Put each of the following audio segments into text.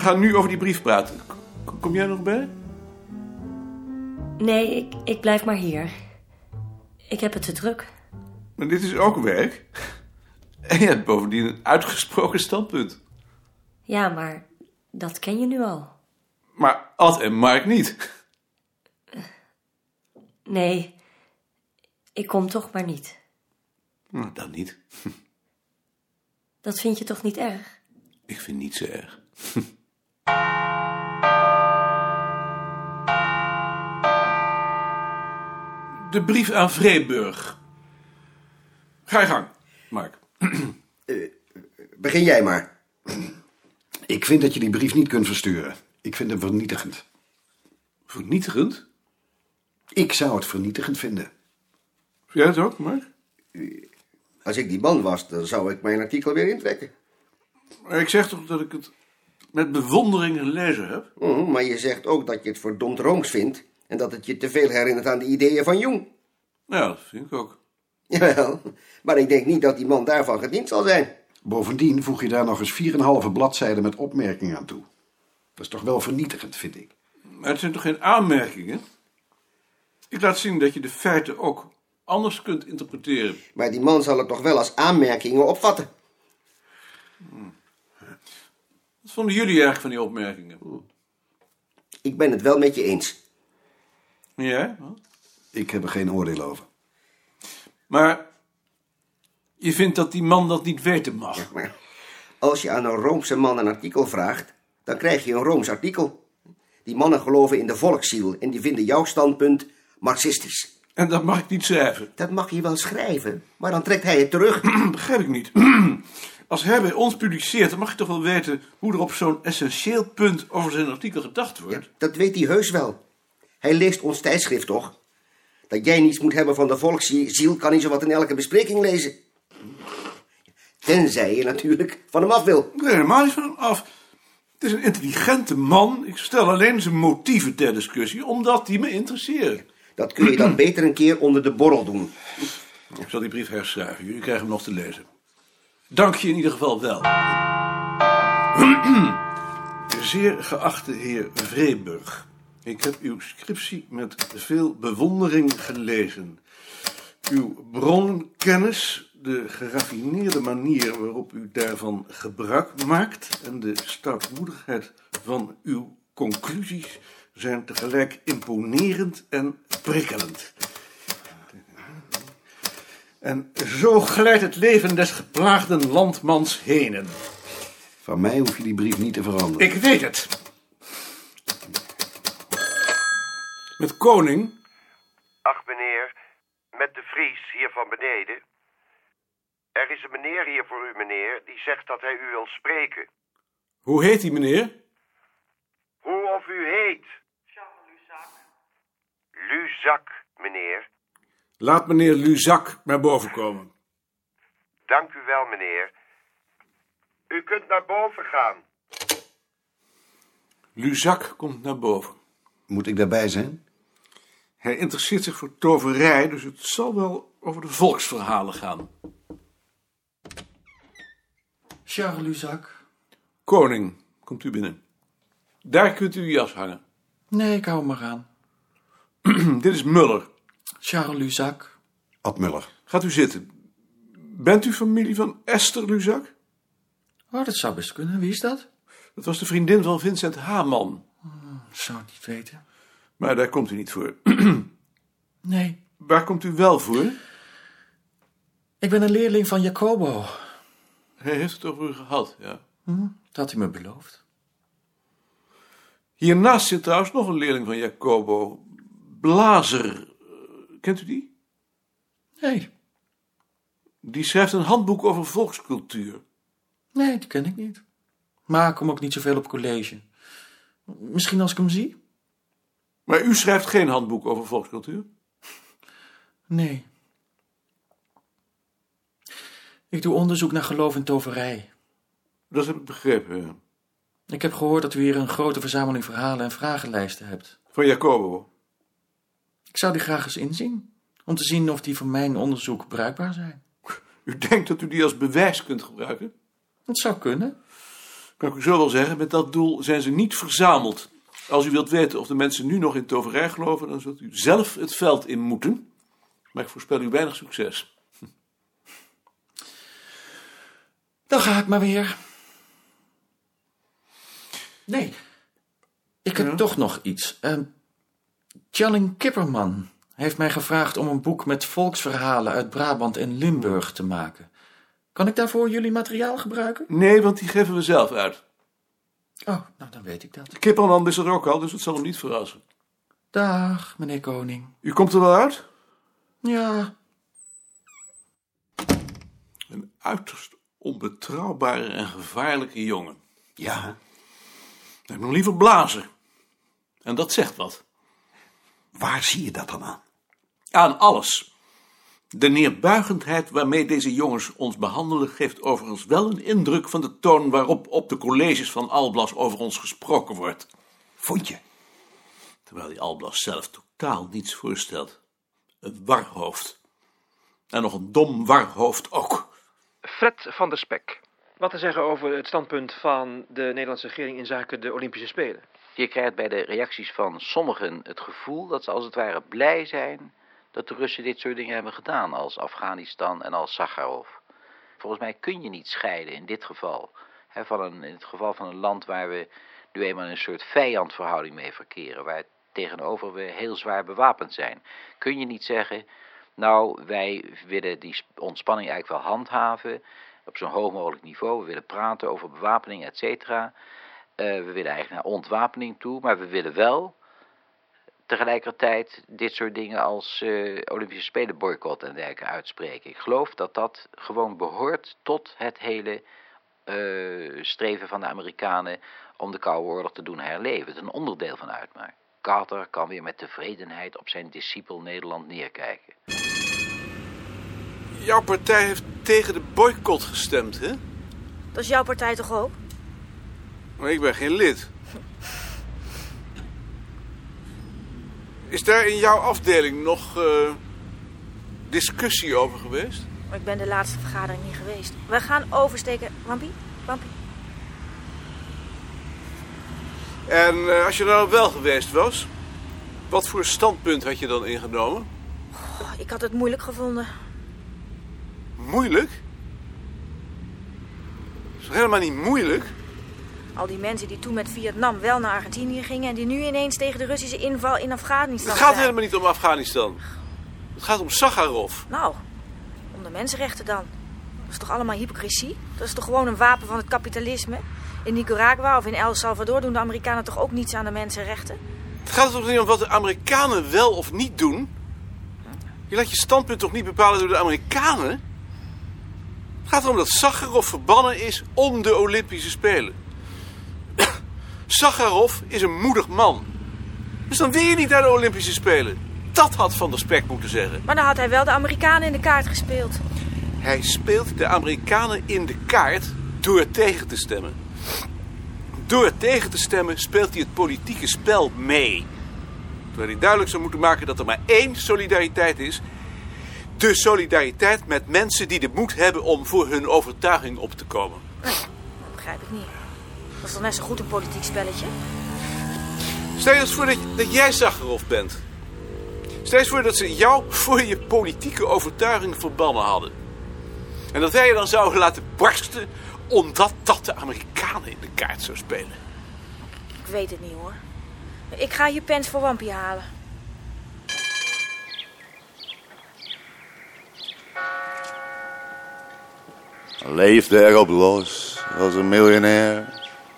gaan nu over die brief praten. Kom jij nog bij? Nee, ik blijf maar hier. Ik heb het te druk. Maar dit is ook werk. En je hebt bovendien een uitgesproken standpunt. Ja, maar dat ken je nu al. Maar Ad en Mark niet. Nee, ik kom toch maar niet. Nou, dan niet. Dat vind je toch niet erg? Ik vind niet zo erg. De brief aan Vreeburg. Ga je gang, Mark. Begin jij maar. Ik vind dat je die brief niet kunt versturen. Ik vind hem vernietigend. Vernietigend? Ik zou het vernietigend vinden. Vind jij het ook, Mark? Als ik die man was, dan zou ik mijn artikel weer intrekken. Maar ik zeg toch dat ik het met bewondering gelezen heb? Maar je zegt ook dat je het verdomd rooms vindt en dat het je te veel herinnert aan de ideeën van Jung. Ja, dat vind ik ook. Jawel, maar ik denk niet dat die man daarvan gediend zal zijn. Bovendien voeg je daar nog eens 4,5 bladzijden met opmerkingen aan toe. Dat is toch wel vernietigend, vind ik. Maar het zijn toch geen aanmerkingen? Ik laat zien dat je de feiten ook anders kunt interpreteren. Maar die man zal het toch wel als aanmerkingen opvatten. Wat vonden jullie eigenlijk van die opmerkingen? Ik ben het wel met je eens. En jij? Ik heb er geen oordeel over. Maar je vindt dat die man dat niet weten mag. Maar als je aan een Roomse man een artikel vraagt, dan krijg je een Rooms artikel. Die mannen geloven in de volksziel en die vinden jouw standpunt marxistisch. En dat mag ik niet schrijven. Dat mag je wel schrijven, maar dan trekt hij het terug. Begrijp ik niet. Als hij bij ons publiceert, dan mag je toch wel weten hoe er op zo'n essentieel punt over zijn artikel gedacht wordt. Ja, dat weet hij heus wel. Hij leest ons tijdschrift toch? Dat jij niets moet hebben van de volksziel kan hij zowat in elke bespreking lezen. Tenzij je natuurlijk van hem af wil. Ik wil helemaal niet van hem af. Het is een intelligente man. Ik stel alleen zijn motieven ter discussie, omdat die me interesseren. Dat kun je dan beter een keer onder de borrel doen. Ik zal die brief herschrijven. Jullie krijgen hem nog te lezen. Dank je in ieder geval wel. Zeer geachte heer Vreeburg. Ik heb uw scriptie met veel bewondering gelezen. Uw bronnenkennis, de geraffineerde manier waarop u daarvan gebruik maakt en de stoutmoedigheid van uw conclusies zijn tegelijk imponerend en prikkelend. En zo glijdt het leven des geplaagden landmans henen. Van mij hoef je die brief niet te veranderen. Ik weet het. Met Koning? Ach, meneer, met de Vries hier van beneden. Er is een meneer hier voor u, meneer, die zegt dat hij u wil spreken. Hoe heet die meneer? Hoe of u heet? Luzak, meneer. Laat meneer Luzak naar boven komen. Dank u wel, meneer. U kunt naar boven gaan. Luzak komt naar boven. Moet ik daarbij zijn? Hij interesseert zich voor toverij, dus het zal wel over de volksverhalen gaan. Charles Luzak. Koning, komt u binnen. Daar kunt u uw jas hangen. Nee, ik hou hem maar aan. Dit is Muller. Charles Luzak. Ad Muller. Gaat u zitten. Bent u familie van Esther Luzak? Oh, dat zou best kunnen. Wie is dat? Dat was de vriendin van Vincent Haman. Zou het niet weten. Maar daar komt u niet voor. Nee. Waar komt u wel voor? Ik ben een leerling van Jacobo. Hij heeft het over u gehad, ja. Dat had hij me beloofd. Hiernaast zit trouwens nog een leerling van Jacobo. Blazer. Kent u die? Nee. Die schrijft een handboek over volkscultuur. Nee, die ken ik niet. Maar ik kom ook niet zoveel op college. Misschien als ik hem zie? Maar u schrijft geen handboek over volkscultuur? Nee. Ik doe onderzoek naar geloof en toverij. Dat heb ik begrepen, ja. Ik heb gehoord dat u hier een grote verzameling verhalen en vragenlijsten hebt. Van Jacobo. Ik zou die graag eens inzien, om te zien of die voor mijn onderzoek bruikbaar zijn. U denkt dat u die als bewijs kunt gebruiken? Dat zou kunnen. Kan ik u zo wel zeggen, met dat doel zijn ze niet verzameld. Als u wilt weten of de mensen nu nog in toverij geloven, dan zult u zelf het veld in moeten. Maar ik voorspel u weinig succes. Dan ga ik maar weer. Nee, ik heb toch nog iets. Tjalling Kipperman heeft mij gevraagd om een boek met volksverhalen uit Brabant en Limburg te maken. Kan ik daarvoor jullie materiaal gebruiken? Nee, want die geven we zelf uit. Oh, nou dan weet ik dat. Kipperman is er ook al, dus het zal hem niet verrassen. Dag, meneer Koning. U komt er wel uit? Ja. Een uiterst onbetrouwbare en gevaarlijke jongen. Ja, Ik heb nog liever blazen. En dat zegt wat. waar zie je dat dan aan? Aan alles. De neerbuigendheid waarmee deze jongens ons behandelen geeft overigens wel een indruk van de toon waarop op de colleges van Alblas over ons gesproken wordt. Vond je? Terwijl die Alblas zelf totaal niets voorstelt. Een warhoofd. En nog een dom warhoofd ook. Fred van der Spek. Wat te zeggen over het standpunt van de Nederlandse regering in zaken de Olympische Spelen? Je krijgt bij de reacties van sommigen het gevoel dat ze als het ware blij zijn dat de Russen dit soort dingen hebben gedaan, als Afghanistan en als Sakharov. Volgens mij kun je niet scheiden in dit geval. In het geval van een land waar we nu eenmaal in een soort vijandverhouding mee verkeren, waar tegenover we heel zwaar bewapend zijn. Kun je niet zeggen, nou, wij willen die ontspanning eigenlijk wel handhaven op zo'n hoog mogelijk niveau. We willen praten over bewapening, et cetera. We willen eigenlijk naar ontwapening toe, maar we willen wel tegelijkertijd dit soort dingen als Olympische Spelen boycott en dergelijke uitspreken. Ik geloof dat dat gewoon behoort tot het hele streven van de Amerikanen om de Koude Oorlog te doen herleven. Het is een onderdeel van uitmaakt. Carter kan weer met tevredenheid op zijn discipel Nederland neerkijken. Jouw partij heeft tegen de boycott gestemd, hè? Dat is jouw partij toch ook? Maar ik ben geen lid. Is daar in jouw afdeling nog discussie over geweest? Maar ik ben de laatste vergadering niet geweest. We gaan oversteken. Wampie? En als je nou wel geweest was, wat voor standpunt had je dan ingenomen? Oh, ik had het moeilijk gevonden. Moeilijk? Dat is toch helemaal niet moeilijk? Al die mensen die toen met Vietnam wel naar Argentinië gingen en die nu ineens tegen de Russische inval in Afghanistan Het gaat zijn. helemaal niet om Afghanistan. Het gaat om Sakharov. Nou, om de mensenrechten dan. Dat is toch allemaal hypocrisie? Dat is toch gewoon een wapen van het kapitalisme? In Nicaragua of in El Salvador doen de Amerikanen toch ook niets aan de mensenrechten? Het gaat er toch niet om wat de Amerikanen wel of niet doen? Je laat je standpunt toch niet bepalen door de Amerikanen? Het gaat erom dat Sakharov verbannen is om de Olympische Spelen. Sakharov is een moedig man. Dus dan wil je niet naar de Olympische Spelen. Dat had Van der Spek moeten zeggen. Maar dan had hij wel de Amerikanen in de kaart gespeeld. Hij speelt de Amerikanen in de kaart door tegen te stemmen. Door tegen te stemmen speelt hij het politieke spel mee. Terwijl hij duidelijk zou moeten maken dat er maar één solidariteit is. De solidariteit met mensen die de moed hebben om voor hun overtuiging op te komen. Nee, dat begrijp ik niet. Dat is toch net zo goed een politiek spelletje? Stel je eens voor dat jij Sakharov bent. Stel je eens voor dat ze jou voor je politieke overtuiging verbannen hadden. En dat wij je dan zouden laten barsten omdat dat de Amerikanen in de kaart zou spelen. Ik weet het niet hoor. Ik ga je pens voor Wampie halen. Leefde erop los als een miljonair.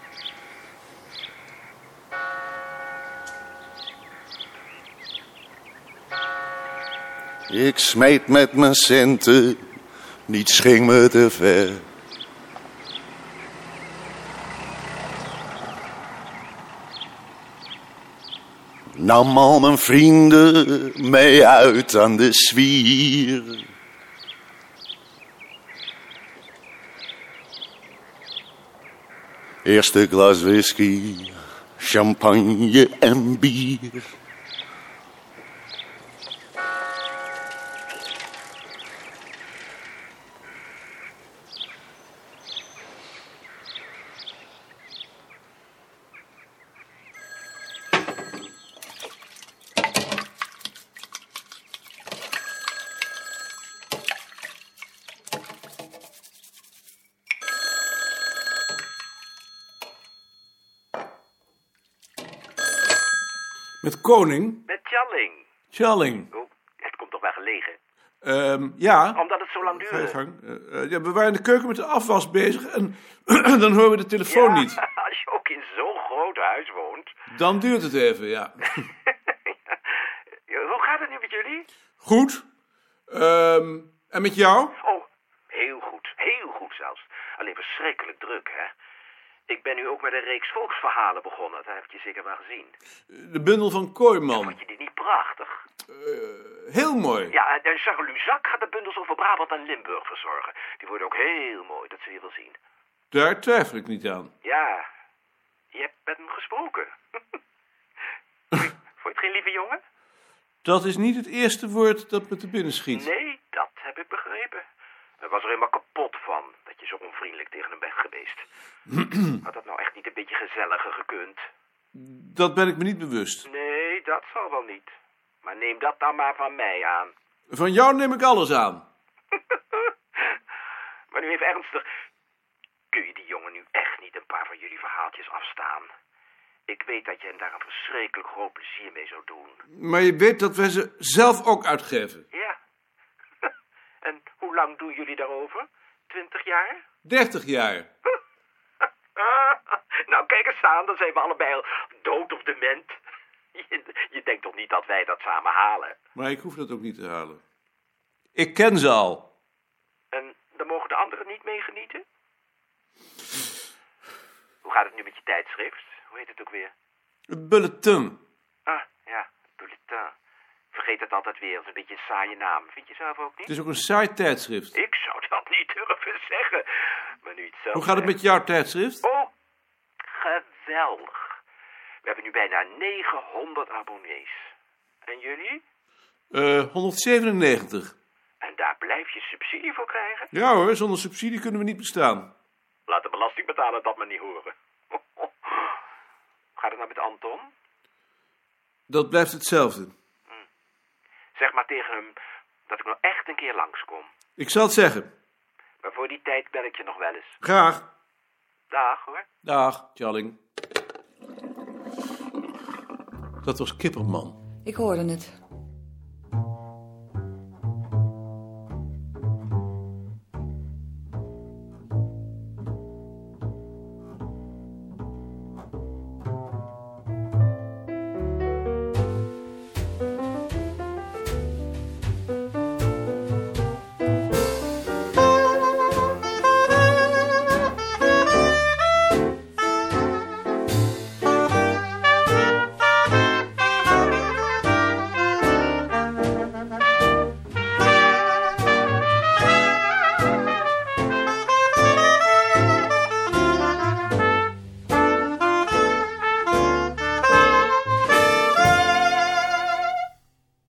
Ik smeet met mijn centen, niets ging me te ver. Nam al mijn vrienden mee uit aan de zwier. Eerste glas whisky, champagne en bier. Met Koning? Met Tjalling. Tjalling. Oh, het komt toch wel gelegen? Ja. Omdat het zo lang Ga je duurde. gang. Ja, we waren in de keuken met de afwas bezig en dan horen we de telefoon niet. Als je ook in zo'n groot huis woont. Dan duurt het even, ja. Hoe gaat het nu met jullie? Goed. En met jou? Oh, heel goed. Heel goed zelfs. Alleen verschrikkelijk druk, hè? Ik ben nu ook met een reeks volksverhalen begonnen. Dat heb je zeker wel gezien. De bundel van Kooijman. Vond je die niet prachtig? Heel mooi. Ja, en Charles Luzak gaat de bundels over Brabant en Limburg verzorgen. Die worden ook heel mooi, dat zul je wel zien. Daar twijfel ik niet aan. Ja, je hebt met hem gesproken. Vond je het geen lieve jongen? Dat is niet het eerste woord dat me te binnen schiet. Nee, dat heb ik begrepen. Hij was er helemaal kapot van, dat je zo onvriendelijk tegen hem bent geweest. Had dat nou echt niet een beetje gezelliger gekund? Dat ben ik me niet bewust. Nee, dat zal wel niet. Maar neem dat dan maar van mij aan. Van jou neem ik alles aan. Maar nu even ernstig. Kun je die jongen nu echt niet een paar van jullie verhaaltjes afstaan? Ik weet dat je hem daar een verschrikkelijk groot plezier mee zou doen. Maar je weet dat wij ze zelf ook uitgeven. Ja. En hoe lang doen jullie daarover? 20 jaar? 30 jaar. Nou, kijk eens aan, dan zijn we allebei al dood of dement. Je denkt toch niet dat wij dat samen halen? Maar ik hoef dat ook niet te halen. Ik ken ze al. En dan mogen de anderen niet mee genieten? Hoe gaat het nu met je tijdschrift? Hoe heet het ook weer? Het bulletin. Ah, ja, bulletin. Vergeet het altijd weer, dat is een beetje een saaie naam. Vind je zelf ook niet? Het is ook een saai tijdschrift. Ik zou dat niet durven zeggen. Maar nu je het zelf Hoe gaat het zegt. met jouw tijdschrift? Oh, geweldig. We hebben nu bijna 900 abonnees. En jullie? 197. En daar blijf je subsidie voor krijgen? Ja hoor, zonder subsidie kunnen we niet bestaan. Laat de belastingbetaler dat maar niet horen. Hoe gaat het nou met Anton? Dat blijft hetzelfde. Zeg maar tegen hem dat ik nog echt een keer langskom. Ik zal het zeggen. Maar voor die tijd bel ik je nog wel eens. Graag. Dag hoor. Dag, Tjalling. Dat was Kipperman. Ik hoorde het.